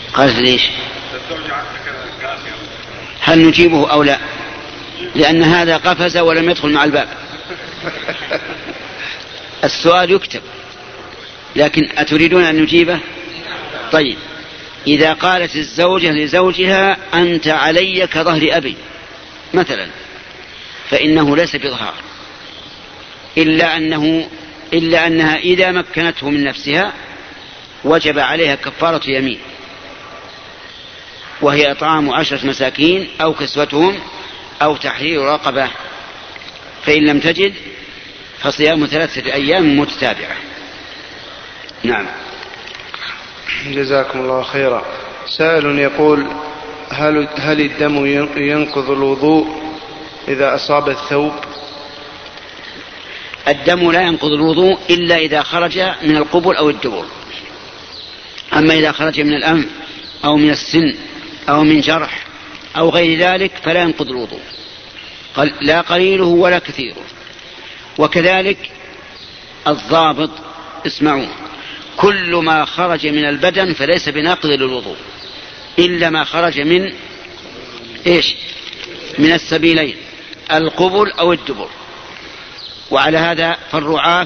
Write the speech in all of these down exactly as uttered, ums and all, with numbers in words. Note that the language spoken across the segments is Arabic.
قالت ليش؟ هل نجيبه أو لا؟ لأن هذا قفز ولم يدخل مع الباب. السؤال يكتب، لكن أتريدون أن نجيبه؟ طيب، إذا قالت الزوجة لزوجها أنت علي كظهر أبي مثلا، فإنه ليس بظهار، إلا أنه إلا أنها إذا مكنته من نفسها وجب عليها كفارة يمين، وهي إطعام عشرة مساكين أو كسوتهم أو تحرير رقبة، فإن لم تجد فصيام ثلاثة أيام متتابعة. نعم. جزاكم الله خيرا. سائل يقول: هل, هل الدم ينقض الوضوء إذا أصاب الثوب؟ الدم لا ينقض الوضوء إلا إذا خرج من القبل أو الدبر. أما إذا خرج من الأنف أو من السن أو من جرح أو غير ذلك فلا ينقض الوضوء، لا قليله ولا كثيره. وكذلك الضابط، اسمعوا، كل ما خرج من البدن فليس بناقض للوضوء إلا ما خرج من إيش؟ من السبيلين، القبل أو الدبر. وعلى هذا فالرعاف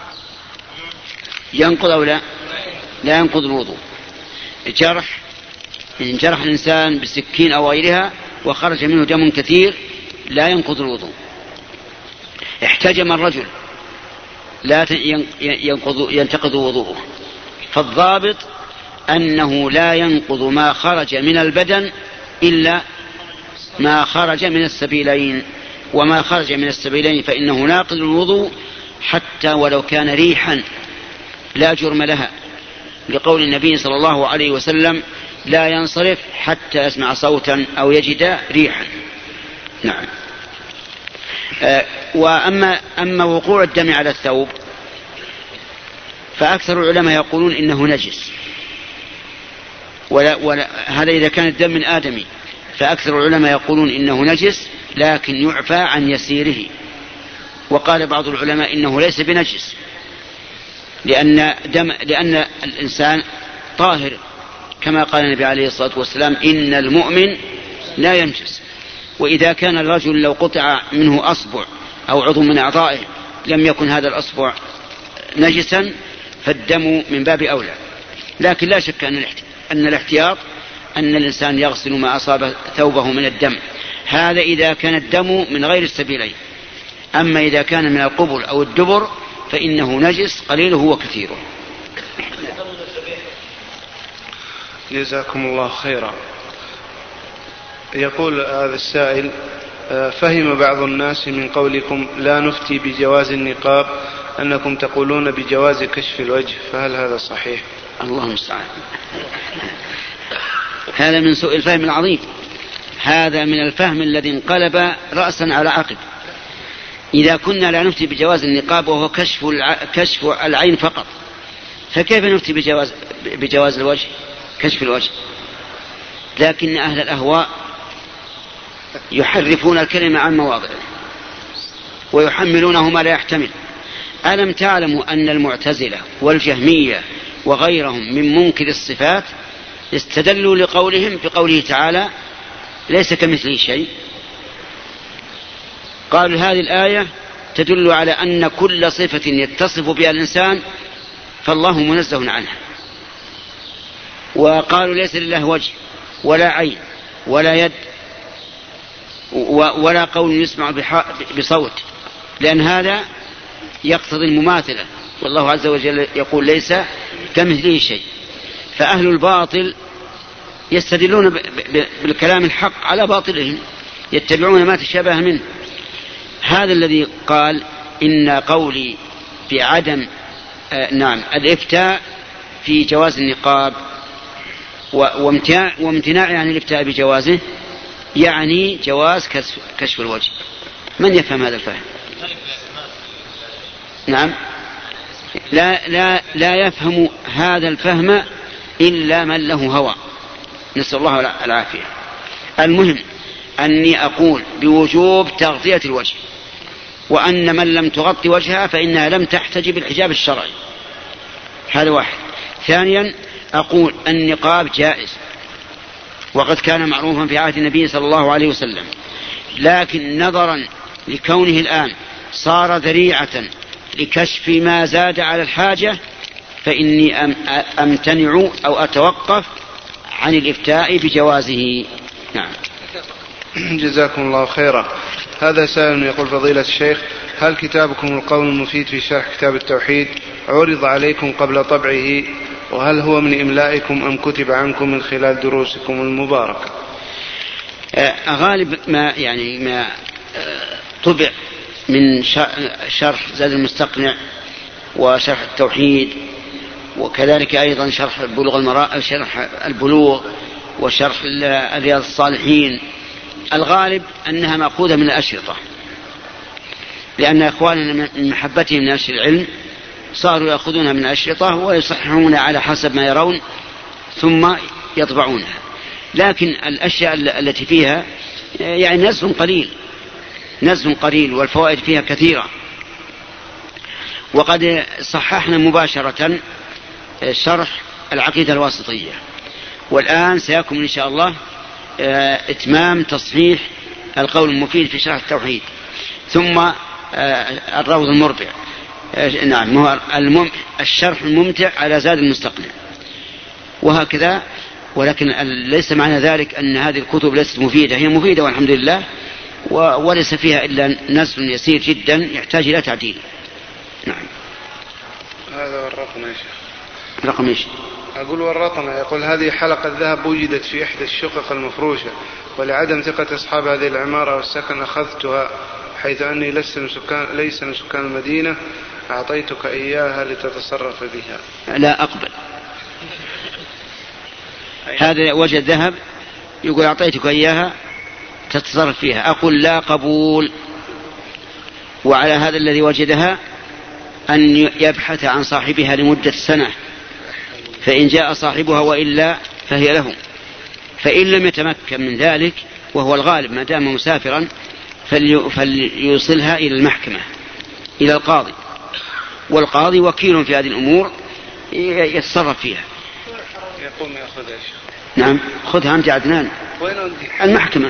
ينقض أو لا؟ لا ينقض الوضوء. جرح، إن جرح الإنسان بسكين أو غيرها وخرج منه دم كثير لا ينقض الوضوء. احتجم الرجل لا ينقض ينتقض وضوءه. فالضابط أنه لا ينقض ما خرج من البدن إلا ما خرج من السبيلين، وما خرج من السبيلين فإنه ناقض الوضوء حتى ولو كان ريحا لا جرم لها، لقول النبي صلى الله عليه وسلم: لا ينصرف حتى يسمع صوتا أو يجد ريحا. نعم. آه وأما أما وقوع الدم على الثوب فأكثر العلماء يقولون إنه نجس، ولا ولا هذا إذا كان الدم من آدمي، فأكثر العلماء يقولون إنه نجس لكن يعفى عن يسيره. وقال بعض العلماء إنه ليس بنجس، لأن دم لأن الإنسان طاهر، كما قال النبي عليه الصلاة والسلام: إن المؤمن لا ينجس. وإذا كان الرجل لو قطع منه أصبع أو عضو من أعضائه لم يكن هذا الأصبع نجسا، فالدم من باب أولى. لكن لا شك أن الاحتياط أن الإنسان يغسل ما أصاب ثوبه من الدم، هذا إذا كان الدم من غير السبيلين. أما إذا كان من القبل أو الدبر فإنه نجس قليله وكثيره. جزاكم الله خيرا. يقول هذا السائل: فهم بعض الناس من قولكم لا نفتي بجواز النقاب أنكم تقولون بجواز كشف الوجه، فهل هذا صحيح؟ الله المستعان. هذا من سوء الفهم العظيم، هذا من الفهم الذي انقلب رأسا على عقب. إذا كنا لا نفتي بجواز النقاب وهو كشف كشف العين فقط، فكيف نفتي بجواز بجواز الوجه، كشف الوجه؟ لكن أهل الأهواء يحرفون الكلمة عن مواضعه ويحملونه ما لا يحتمل. ألم تعلموا أن المعتزلة والجهمية وغيرهم من منكر الصفات استدلوا لقولهم بقوله تعالى: ليس كمثله شيء؟ قالوا هذه الآية تدل على أن كل صفة يتصف بها الإنسان فالله منزه عنها. وقالوا ليس لله وجه ولا عين ولا يد ولا قول يسمع بصوت، لأن هذا يقتضي المماثلة، والله عز وجل يقول ليس كمثله شيء. فأهل الباطل يستدلون بالكلام الحق على باطلهم، يتبعون ما تشابه منه. هذا الذي قال إن قولي بعدم آه نعم الإفتاء في جواز النقاب وامتناع عن الإفتاء بجوازه يعني جواز كشف الوجه. من يفهم هذا الفهم؟ نعم، لا, لا, لا يفهم هذا الفهم إلا من له هوى، نسأل الله العافية. المهم أني أقول بوجوب تغطية الوجه، وأن من لم تغطي وجهها فإنها لم تحتجب الحجاب الشرعي. هذا واحد. ثانيا أقول النقاب جائز وقد كان معروفا في عهد النبي صلى الله عليه وسلم، لكن نظرا لكونه الآن صار ذريعة لكشف ما زاد على الحاجة فإني أمتنع أو أتوقف عن الإفتاء بجوازه. نعم. جزاكم الله خيرا. هذا سائل يقول: فضيلة الشيخ، هل كتابكم القول المفيد في شرح كتاب التوحيد عرض عليكم قبل طبعه؟ وهل هو من إملائكم أم كتب عنكم من خلال دروسكم المباركة؟ غالب ما يعني ما طبع من شرح زاد المستقنع وشرح التوحيد، وكذلك أيضا شرح بلوغ المراء شرح البلوغ وشرح رياض الصالحين، الغالب أنها مأخوذة من الأشرطة، لأن إخواننا من محبتهم لنشر العلم صاروا يأخذونها من الأشرطة ويصححون على حسب ما يرون ثم يطبعونها. لكن الأشياء التي فيها يعني نزل قليل نزل قليل والفوائد فيها كثيرة. وقد صححنا مباشرة شرح العقيدة الواسطية، والآن سيكون إن شاء الله إتمام تصحيح القول المفيد في شرح التوحيد، ثم الروض المربع، نعم هو الشرح الممتع على زاد المستقنع، وهكذا. ولكن ليس معنى ذلك أن هذه الكتب ليست مفيدة، هي مفيدة والحمد لله، وليس فيها إلا نسل يسير جدا يحتاج إلى تعديل. نعم. هذا ورطنا يا شيخ. رقم ايش؟ أقول ورطنا. يقول: هذه حلقة ذهب وجدت في إحدى الشقق المفروشة، ولعدم ثقة أصحاب هذه العمارة والسكن أخذتها، حيث أني لست من سكان ليس من سكان المدينة، أعطيتك إياها لتتصرف بها. لا أقبل. هذا وجد ذهب يقول أعطيتك إياها تتصرف فيها، أقول لا قبول. وعلى هذا الذي وجدها أن يبحث عن صاحبها لمدة سنة، فإن جاء صاحبها وإلا فهي له، فإن لم يتمكن من ذلك وهو الغالب ما دام مسافرا فليوصلها إلى المحكمة إلى القاضي، والقاضي وكيل في هذه الأمور يتصرف فيها. يقوم يأخذها. نعم خذها أنت عدنان. وين أنت؟ المحكمة.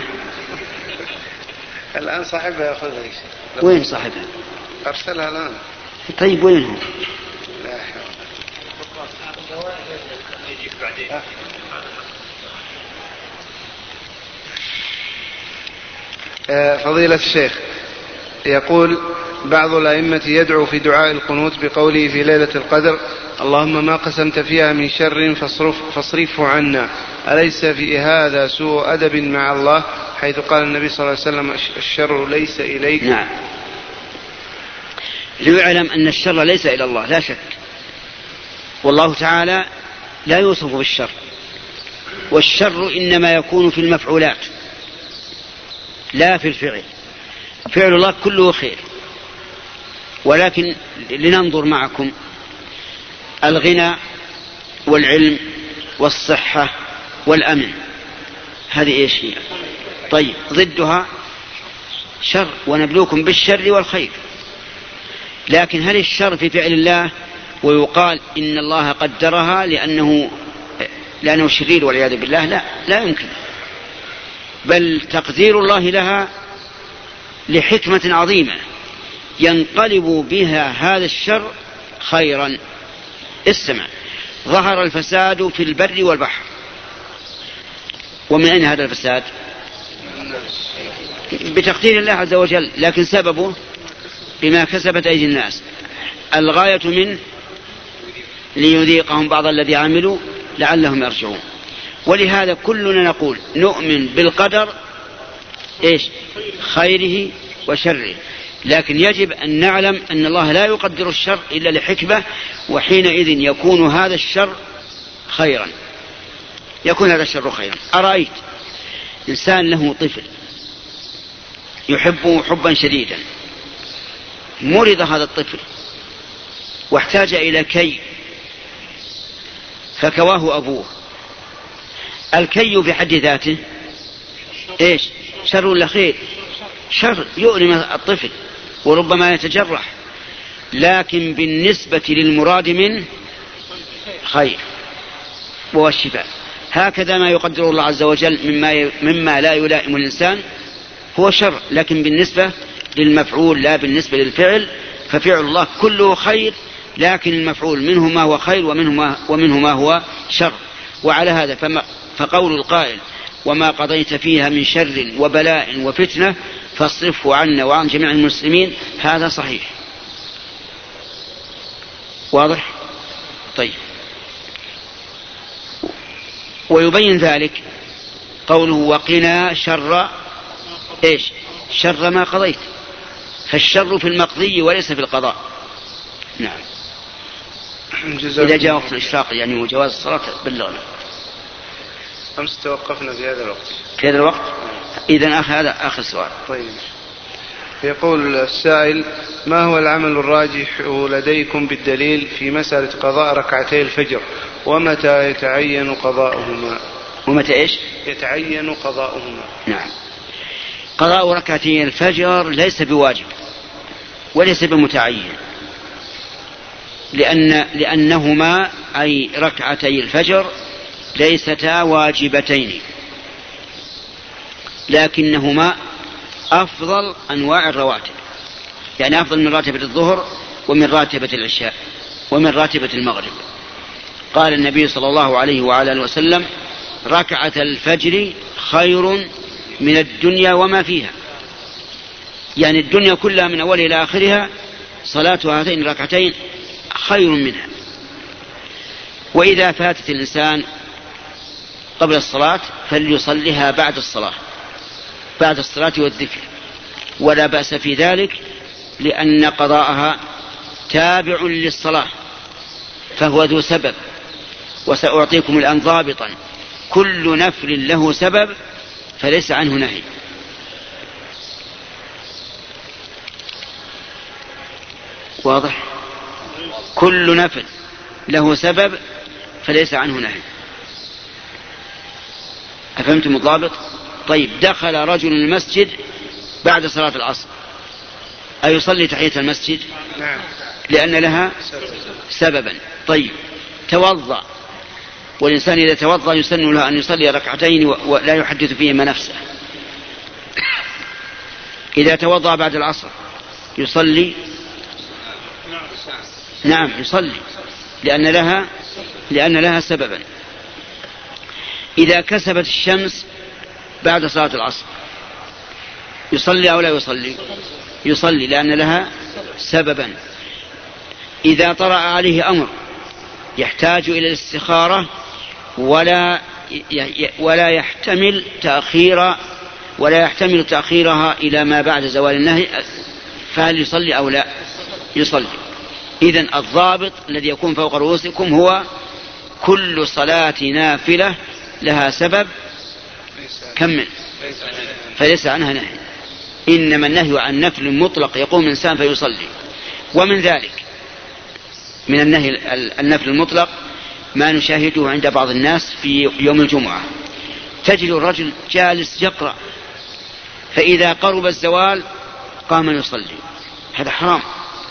الآن صاحبها يأخذها. وين صاحبها؟ أرسلها الآن. طيب وين هو؟ لا فضيلة الشيخ، يقول بعض الأئمة يدعو في دعاء القنوت بقوله في ليلة القدر: اللهم ما قسمت فيها من شر فاصرف فاصرفه عنا. أليس في هذا سوء أدب مع الله، حيث قال النبي صلى الله عليه وسلم: الشر ليس إليك؟ نعم. ليعلم أن الشر ليس إلى الله لا شك، والله تعالى لا يوصف بالشر، والشر إنما يكون في المفعولات لا في الفعل. فعل الله كله خير. ولكن لننظر معكم الغنى والعلم والصحة والأمن، هذه إيش هي؟ طيب ضدها شر، ونبلوكم بالشر والخير. لكن هل الشر في فعل الله ويقال إن الله قدرها لأنه لأنه شرير والعياذ بالله؟ لا لا يمكن، بل تقدير الله لها لحكمة عظيمة ينقلب بها هذا الشر خيرا. استمع: ظهر الفساد في البر والبحر، ومن أين هذا الفساد؟ بتقدير الله عز وجل، لكن سببه بما كسبت أيدي الناس. الغاية منه ليذيقهم بعض الذي عملوا لعلهم يرجعون. ولهذا كلنا نقول نؤمن بالقدر إيش؟ خيره وشره، لكن يجب أن نعلم أن الله لا يقدر الشر إلا لحكمة، وحينئذ يكون هذا الشر خيرا، يكون هذا الشر خيرا. أرأيت إنسان له طفل يحبه حبا شديدا، مرض هذا الطفل واحتاج إلى كي فكواه أبوه، الكي في حد ذاته إيش؟ شر ولا خير؟ شر، يؤلم الطفل وربما يتجرح، لكن بالنسبة للمراد منه خير وهو الشفاء. هكذا ما يقدر الله عز وجل مما, مما لا يلائم الإنسان هو شر، لكن بالنسبة للمفعول لا بالنسبة للفعل، ففعل الله كله خير، لكن المفعول منه ما هو خير ومنه ما, ومنه ما هو شر. وعلى هذا فما فقول القائل وما قضيت فيها من شر وبلاء وفتنة فاصرفه عنا وعن جميع المسلمين، هذا صحيح. واضح؟ طيب. ويبين ذلك قوله وقنا شر ايش؟ شر ما قضيت، فالشر في المقضي وليس في القضاء. نعم. إذا جاء وقت الإشراق يعني وجواز الصلاة بلغنا. أمس توقفنا في هذا الوقت. في هذا الوقت؟ إذن آخر هذا آخر سؤال. طيب. يقول السائل ما هو العمل الراجح لديكم بالدليل في مسألة قضاء ركعتي الفجر، ومتى يتعين قضاؤهما؟ ومتى إيش؟ يتعين قضاؤهما. نعم. قضاء ركعتي الفجر ليس بواجب وليس بمتعين، لأن لأنهما أي ركعتي الفجر ليستا واجبتين، لكنهما أفضل أنواع الرواتب، يعني أفضل من راتبة الظهر ومن راتبة العشاء ومن راتبة المغرب. قال النبي صلى الله عليه وعلى آله وسلم ركعة الفجر خير من الدنيا وما فيها، يعني الدنيا كلها من أولها إلى آخرها صلاة هاتين الركعتين خير منها. وإذا فاتت الإنسان قبل الصلاة فليصليها بعد الصلاة بعد الصلاة والذكر، ولا بأس في ذلك، لأن قضاءها تابع للصلاة فهو ذو سبب. وسأعطيكم الآن ضابطا: كل نفل له سبب فليس عنه نهي. واضح؟ كل نفل له سبب فليس عنه نهي. أفهمتم الضابط؟ طيب. دخل رجل المسجد بعد صلاة العصر، أيصلي تحية المسجد؟ نعم. لأن لها سببا. طيب. توضأ، والإنسان إذا توضأ يسن له أن يصلي ركعتين ولا يحدث فيهما نفسه. إذا توضأ بعد العصر يصلي؟ نعم يصلي، لأن لها لأن لها سببا. إذا كسبت الشمس بعد صلاة العصر يصلي أو لا يصلي؟ يصلي، لأن لها سببا. إذا طرأ عليه أمر يحتاج إلى الاستخارة ولا ولا يحتمل تأخير ولا يحتمل تأخيرها إلى ما بعد زوال النهي، فهل يصلي أو لا؟ يصلي. إذن الضابط الذي يكون فوق رؤوسكم هو كل صلاة نافلة لها سبب كمل فليس عنها نهي. إنما النهي عن نفل مطلق يقوم الإنسان فيصلي. ومن ذلك من النهي النفل المطلق ما نشاهده عند بعض الناس في يوم الجمعة، تجد الرجل جالس يقرأ، فإذا قرب الزوال قام يصلي. هذا حرام،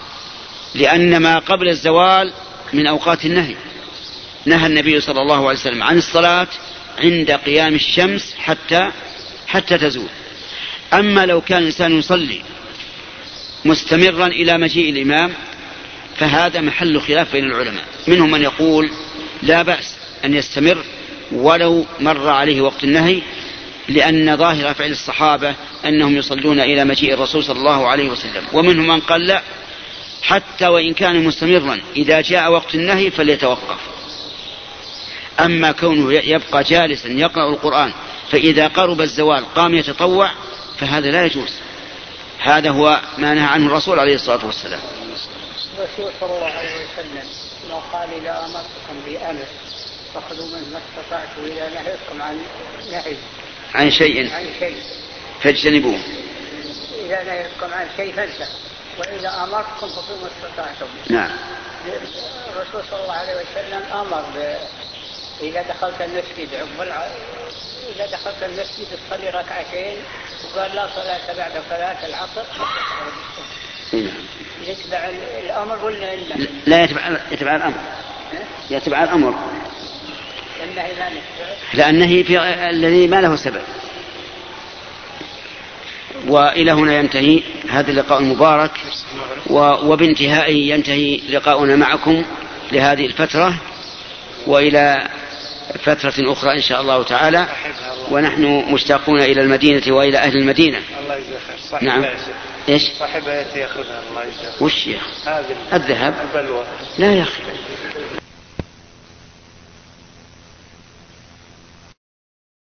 لأن ما قبل الزوال من أوقات النهي. نهى النبي صلى الله عليه وسلم عن الصلاة عند قيام الشمس حتى حتى تزول. أما لو كان الإنسان يصلي مستمرا إلى مجيء الإمام فهذا محل خلاف بين العلماء. منهم من يقول لا بأس أن يستمر ولو مر عليه وقت النهي، لأن ظاهر فعل الصحابة أنهم يصلون إلى مجيء الرسول صلى الله عليه وسلم. ومنهم من قال لا، حتى وإن كان مستمرا إذا جاء وقت النهي فليتوقف. أما كونه يبقى جالسا يقرأ القرآن فإذا قرب الزوال قام يتطوع فهذا لا يجوز. هذا هو ما نهى عنه الرسول عليه الصلاة والسلام. الرسول صلى الله عليه وسلم لو قال إذا أمرتكم بأمر فخذوا منه ما استطعتم، إذا نهيتكم عن نهي عن شيء عن شيء فاجتنبوه، إذا نهيتكم عن شيء فانتهوا، وإذا أمرتكم فخذوا ما استطعتم. نعم. الرسول صلى الله عليه وسلم أمر ب... إذا دخلت المسجد عقب إذا دخلت المسجد تصلي ركعتين، وقال لا صلاة بعد صلاة العصر. نعم. يتبع الأمر ولا إلا؟ لا، يتبع يتبع الأمر. يتبع الأمر. النهي لا نهي؟ لأن النهي في الذي ما له سبب. وإلى هنا ينتهي هذا اللقاء المبارك، وبانتهائه ينتهي لقاؤنا معكم لهذه الفترة، وإلى فترة أخرى إن شاء الله تعالى، ونحن مشتاقون إلى المدينة وإلى أهل المدينة. الله يجزاك خير. نعم. إيش؟ صاحب آية يأخذها الله يجزاك. وش يا أخي؟ الذهب؟ البلوى. لا يا أخي.